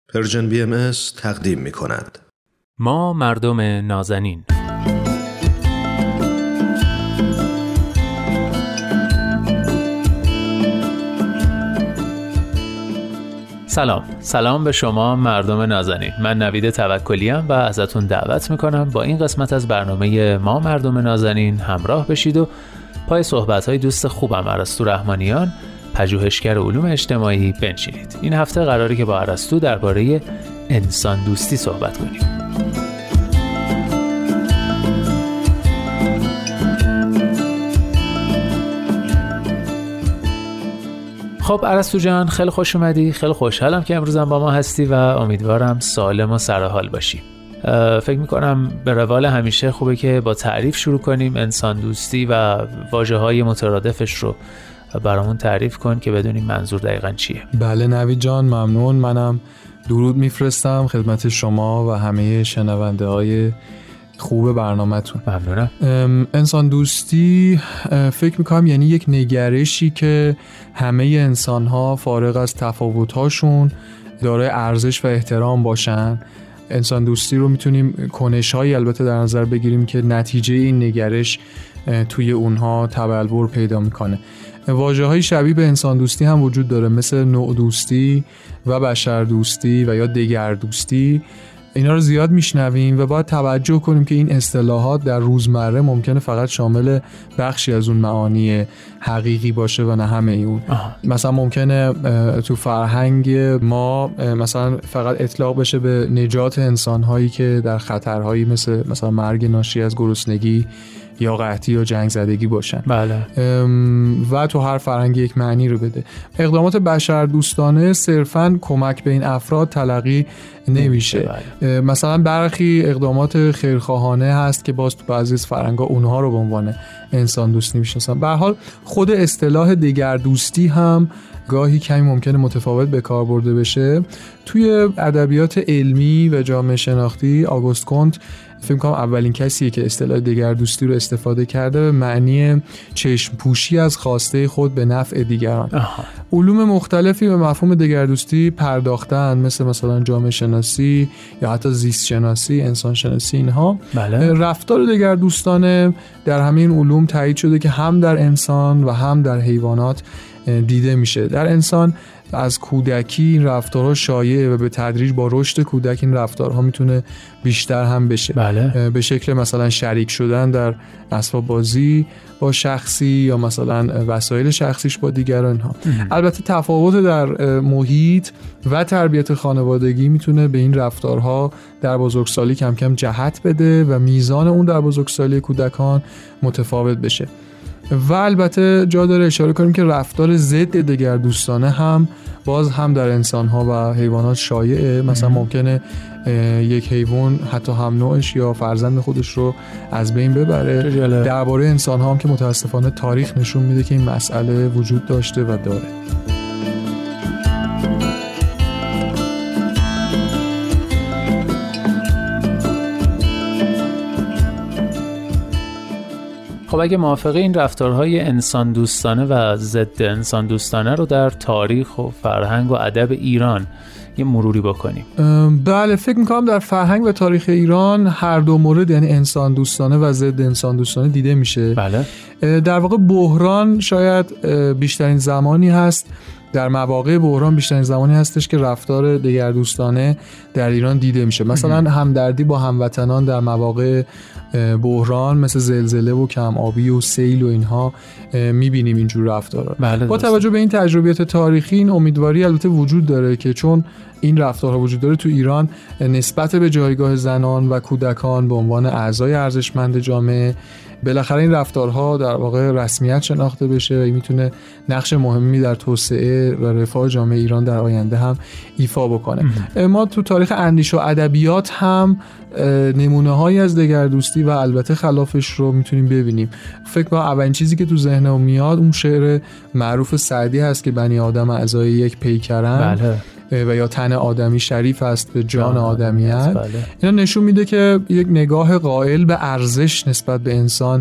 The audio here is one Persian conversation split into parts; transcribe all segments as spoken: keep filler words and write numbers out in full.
پرژن بی ام اس تقدیم می کند. ما مردم نازنین. سلام سلام به شما مردم نازنین. من نوید توکلیم و ازتون دعوت میکنم با این قسمت از برنامه ما مردم نازنین همراه بشید و پای صحبت‌های دوست خوبم ارسطو رحمانیان، پژوهشگر علوم اجتماعی بنشینید. این هفته قراره که با ارسطو درباره انسان دوستی صحبت کنیم. خب ارسطو جان، خیلی خوش اومدی. خیلی خوشحالم که امروزم با ما هستی و امیدوارم سالم و سرحال باشی. فکر میکنم به روال همیشه خوبه که با تعریف شروع کنیم. انسان دوستی و واژه‌های مترادفش رو برامون تعریف کن که بدونیم منظور دقیقاً چیه. بله نوید جان، ممنون. منم درود میفرستم خدمت شما و همه شنونده های خوب برنامه‌تون. ممنونم. انسان دوستی فکر میکنم یعنی یک نگرشی که همه انسان ها فارغ از تفاوت‌هاشون دارای ارزش و احترام باشن. انسان دوستی رو میتونیم کنش‌هایی البته در نظر بگیریم که نتیجه این نگرش توی اونها تبلور پیدا میکنه. واژه‌های شبیه به انسان دوستی هم وجود داره، مثل نوع دوستی و بشر دوستی و یا دگر دوستی. اینا رو زیاد میشنویم و باید توجه کنیم که این اصطلاحات در روزمره ممکنه فقط شامل بخشی از اون معانی حقیقی باشه و نه همه اون. آه. مثلا ممکنه تو فرهنگ ما مثلا فقط اطلاق بشه به نجات انسان‌هایی که در خطرهایی مثل مثلا مرگ ناشی از گرسنگی یا قحطی یا جنگ زدگی باشن. بله. و تو هر فرهنگ یک معنی رو بده. اقدامات بشر دوستانه صرفاً کمک به این افراد تلقی نمیشه. بله. مثلا برخی اقدامات خیرخواهانه هست که باز تو بعضی از فرهنگ‌ها اونها رو به عنوان انسان دوست نمی‌شناسن. به هر حال خود اصطلاح دگر دوستی هم گاهی کمی ممکنه متفاوت به کار برده بشه. توی ادبیات علمی و جامعه شناختی آگوست کنت فکر کنم اولین کسیه که اصطلاح دگر دوستی رو استفاده کرده به معنی چشم پوشی از خواسته خود به نفع دیگران. آها. علوم مختلفی به مفهوم دگر دوستی پرداختن، مثل مثلا جامعه شناسی یا حتی زیست شناسی، انسان شناسی. اینها بله. رفتار دگر دوستانه در همین علوم تایید شده که هم در انسان و هم در حیوانات دیده میشه. در انسان از کودکی این رفتارها شایعه و به تدریج با رشد کودک این رفتارها میتونه بیشتر هم بشه. بله. به شکل مثلا شریک شدن در اسباب بازی با شخصی یا مثلا وسایل شخصیش با دیگران ها. البته تفاوت در محیط و تربیت خانوادگی میتونه به این رفتارها در بزرگسالی کم کم جهت بده و میزان اون در بزرگسالی کودکان متفاوت بشه. و البته جا داره اشاره کنیم که رفتار ضد دگر دوستانه هم باز هم در انسان‌ها و حیوانات شایعه. مثلا ممکنه یک حیوان حتی هم نوعش یا فرزند خودش رو از بین ببره. درباره انسان‌ها هم که متاسفانه تاریخ نشون میده که این مسئله وجود داشته و داره. خب اگه موافقه این رفتارهای انسان دوستانه و ضد انسان دوستانه رو در تاریخ و فرهنگ و ادب ایران یه مروری بکنیم. بله، فکر میکنم در فرهنگ و تاریخ ایران هر دو مورد، یعنی انسان دوستانه و ضد انسان دوستانه دیده میشه. بله. در واقع بحران شاید بیشترین زمانی هست، در مواقع بحران بیشترین زمانی هستش که رفتار دگر دوستانه در ایران دیده میشه. مثلا همدردی با هموطنان در مواقع بحران مثل زلزله و کم آبی و سیل و اینها میبینیم اینجور رفتارها. بله. با توجه به این تجربیات تاریخی این امیدواری البته وجود داره که چون این رفتارها وجود داره تو ایران، نسبت به جایگاه زنان و کودکان به عنوان اعضای ارزشمند جامعه بالاخره این رفتارها در واقع رسمیت شناخته بشه و میتونه نقش مهمی در توسعه و رفاه جامعه ایران در آینده هم ایفا بکنه. ما تو تاریخ اندیشه و ادبیات هم نمونه‌هایی از دگر دوستی و البته خلافش رو میتونیم ببینیم. فکر کنم اولین چیزی که تو ذهنم میاد اون شعر معروف سعدی هست که بنی آدم اعضای یک پیکرن. بله. و یا تن آدمی شریف است به جان, جان آدمیت. بله. اینا نشون میده که یک نگاه قائل به ارزش نسبت به انسان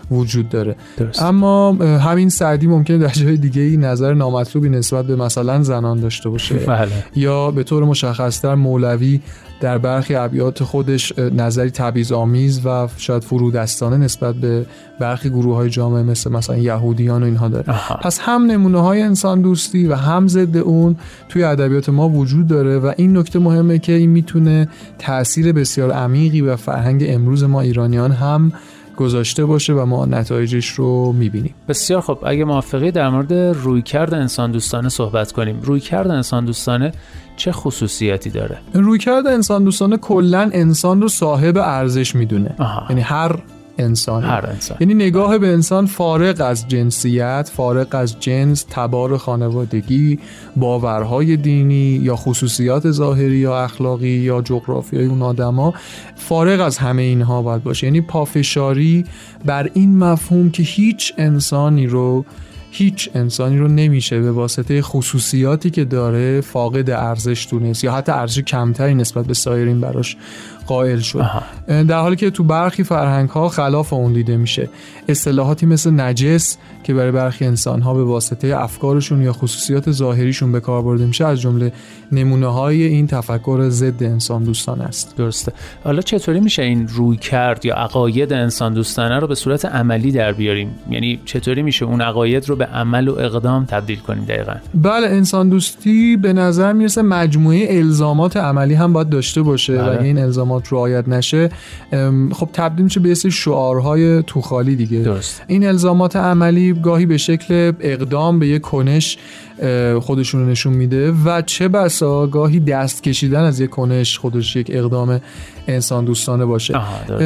وجود داره. درست. اما همین سعدی ممکنه در جای دیگه‌ای نظر نامطلوبی نسبت به مثلا زنان داشته باشه. بله. یا به طور مشخص‌تر مولوی در برخی ابیات خودش نظری تبعیض‌آمیز و شاید فرودستانه نسبت به برخی گروه‌های جامعه مثل مثلا یهودیان و اینها داره. آها. پس هم نمونه‌های انسان دوستی و هم ضد اون توی ادبیات ما وجود داره و این نکته مهمه که این میتونه تأثیر بسیار عمیقی به فرهنگ امروز ما ایرانیان هم گذاشته باشه و ما نتایجش رو میبینیم. بسیار خب، اگه موافقی در مورد رویکرد انسان دوستانه صحبت کنیم. رویکرد انسان دوستانه چه خصوصیاتی داره؟ رویکرد انسان دوستانه کلاً انسان رو صاحب ارزش میدونه. یعنی هر انسان هر انسان یعنی نگاه به انسان فارغ از جنسیت، فارغ از جنس، تبار خانوادگی، باورهای دینی یا خصوصیات ظاهری یا اخلاقی یا جغرافیایی اون آدما، فارغ از همه اینها باید باشه. یعنی پافشاری بر این مفهوم که هیچ انسانی رو هیچ انسانی رو نمیشه به واسطه خصوصیاتی که داره فاقد ارزش دونست یا حتی ارزش کمتری نسبت به سایرین براش قائل شد. آها. در حالی که تو برخی فرهنگ‌ها خلاف اون دیده میشه. اصطلاحاتی مثل نجس که برای برخی انسان‌ها به واسطه افکارشون یا خصوصیات ظاهریشون به کار برده میشه از جمله نمونه‌های این تفکر ضد انسان دوستانه است. درسته. حالا چطوری میشه این رویکرد یا عقاید انسان دوستانه رو به صورت عملی در بیاریم؟ یعنی چطوری میشه اون عقاید رو به عمل و اقدام تبدیل کنیم دقیقاً؟ بله، انسان دوستی به نظر میرسه مجموعه الزامات عملی هم باید داشته باشه. بله. و این الزامات رعایت نشه خب تبدیل میشه به یه سری شعارهای توخالی دیگه. درست. این الزامات عملی گاهی به شکل اقدام به یک کنش خودشون رو نشون میده و چه بسا گاهی دست کشیدن از یک کنش خودش یک اقدام انسان دوستانه باشه.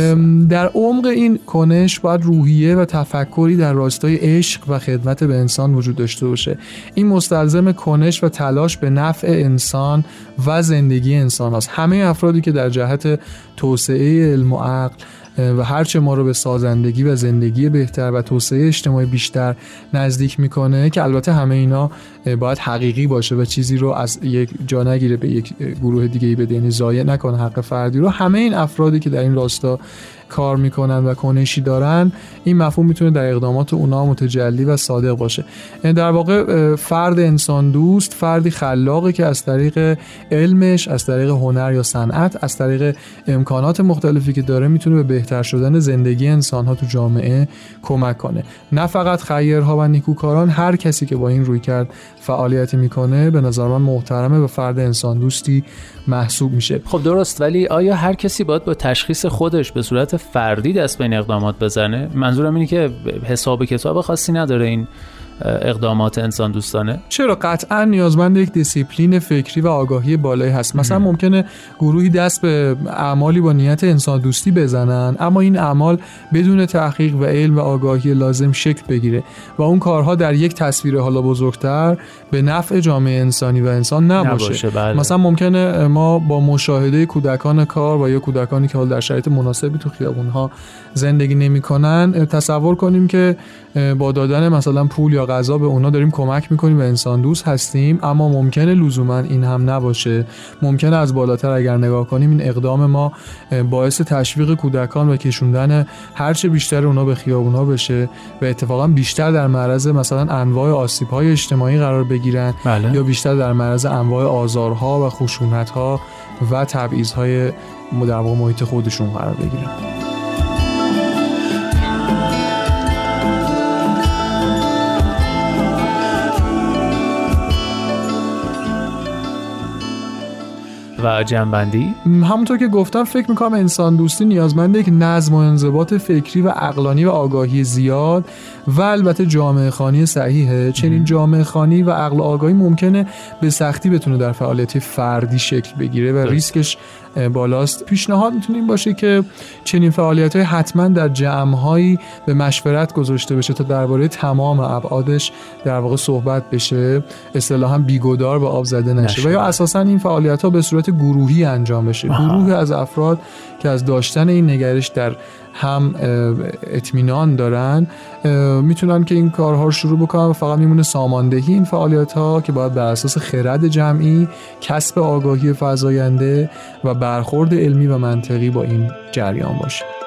در عمق این کنش باید روحیه و تفکری در راستای عشق و خدمت به انسان وجود داشته باشه. این مستلزم کنش و تلاش به نفع انسان و زندگی انسان هست. همه افرادی که در جهت توسعه علم و عقل و هرچه ما رو به سازندگی و زندگی بهتر و توسعه اجتماعی بیشتر نزدیک میکنه، که البته همه اینا باید حقیقی باشه و چیزی رو از یک جا نگیره به یک گروه دیگه‌ای بده، یعنی ضایع نکنه حق فردی رو. همه این افرادی که در این راستا کار میکنن و کنشی دارن، این مفهوم میتونه در اقدامات اونا متجلی و صادق باشه. یعنی در واقع فرد انسان دوست فردی خلاقه که از طریق علمش، از طریق هنر یا صنعت، از طریق امکانات مختلفی که داره میتونه به بهتر شدن زندگی انسان‌ها تو جامعه کمک کنه. نه فقط خیرها و نیکوکاران، هر کسی که با این رویکرد فعالیت میکنه به نظر من محترمه و فرد انسان دوستی محسوب میشه. خب درست، ولی آیا هر کسی باید با تشخیص خودش به صورت فردی دست به این اقدامات بزنه؟ منظورم اینه که حساب کتاب خاصی نداره این اقدامات انسان دوستانه؟ چرا؟ قطعا نیازمند یک دیسیپلین فکری و آگاهی بالایی هست. مثلا ممکنه گروهی دست به اعمالی با نیت انسان دوستی بزنن، اما این اعمال بدون تحقیق و علم و آگاهی لازم شکل بگیره و اون کارها در یک تصویر حالا بزرگتر به نفع جامعه انسانی و انسان نباشه. نباشه بله. مثلا ممکنه ما با مشاهده کودکان کار و یا کودکانی که حالا در شرایط مناسبی تو خیابون‌ها زندگی نمی‌کنن تصور کنیم که با دادن مثلا پول یا غذا به اونا داریم کمک میکنیم و انسان دوست هستیم، اما ممکنه لزوما این هم نباشه. ممکنه از بالاتر اگر نگاه کنیم این اقدام ما باعث تشویق کودکان و کشوندن هرچه بیشتر اونا به خیابونا بشه و اتفاقا بیشتر در معرض مثلا انواع آسیب‌های اجتماعی قرار بگیرن. بله. یا بیشتر در معرض انواع آزارها و خشونت‌ها و تبعیض‌های در واقع محیط خودشون قرار بگیرن. و جنبندی همونطور که گفتم فکر میکنم انسان دوستی نیازمند یک نظم و انضباط فکری و عقلانی و آگاهی زیاد و البته جامعه خوانی صحیحه. چنین جامعه خوانی و عقل آگاهی ممکنه به سختی بتونه در فعالیت فردی شکل بگیره و ریسکش بالاست. پیشنهاد میتونه این باشه که چنین فعالیت‌های حتما در جمع‌هایی به مشورت گذاشته بشه تا درباره تمام ابعادش در واقع صحبت بشه، اصطلاحاً بیگدار به آب زده نشه, نشه. و یا اساساً این فعالیت‌ها به صورت گروهی انجام بشه. آها. گروه از افراد که از داشتن این نگرش در هم اطمینان دارن میتونن که این کارها رو شروع بکنن و فقط میمونه ساماندهی این فعالیت‌ها که باید بر اساس خرد جمعی، کسب آگاهی فزاینده و برخورد علمی و منطقی با این جریان باشه.